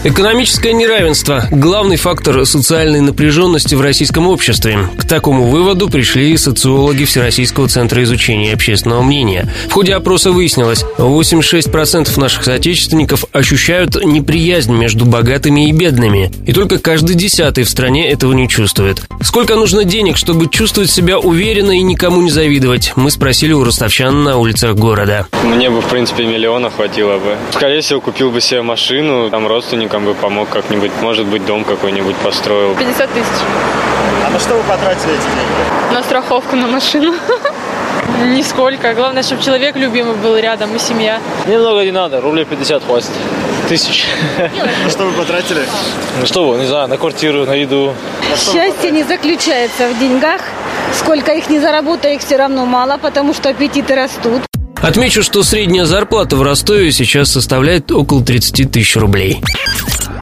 Экономическое неравенство – главный фактор социальной напряженности в российском обществе. К такому выводу пришли социологи Всероссийского центра изучения общественного мнения. В ходе опроса выяснилось, 86% наших соотечественников ощущают неприязнь между богатыми и бедными. И только каждый 10-й в стране этого не чувствует. Сколько нужно денег, чтобы чувствовать себя уверенно и никому не завидовать? Мы спросили у ростовчан на улицах города. Мне бы, в принципе, миллиона хватило бы. Скорее всего, купил бы себе машину, там родственникам бы помог как-нибудь, может быть, дом какой-нибудь построил. 50 тысяч. А на что вы потратили эти деньги? На страховку на машину. Нисколько. Главное, чтобы человек любимый был рядом и семья. Мне много не надо, рублей 50 хватит. Тысяч. На что вы потратили? Ну что, не знаю, на квартиру, на еду. Счастье не заключается в деньгах. Сколько их не заработаю, их все равно мало, потому что аппетиты растут. Отмечу, что средняя зарплата в Ростове сейчас составляет около 30 тысяч рублей.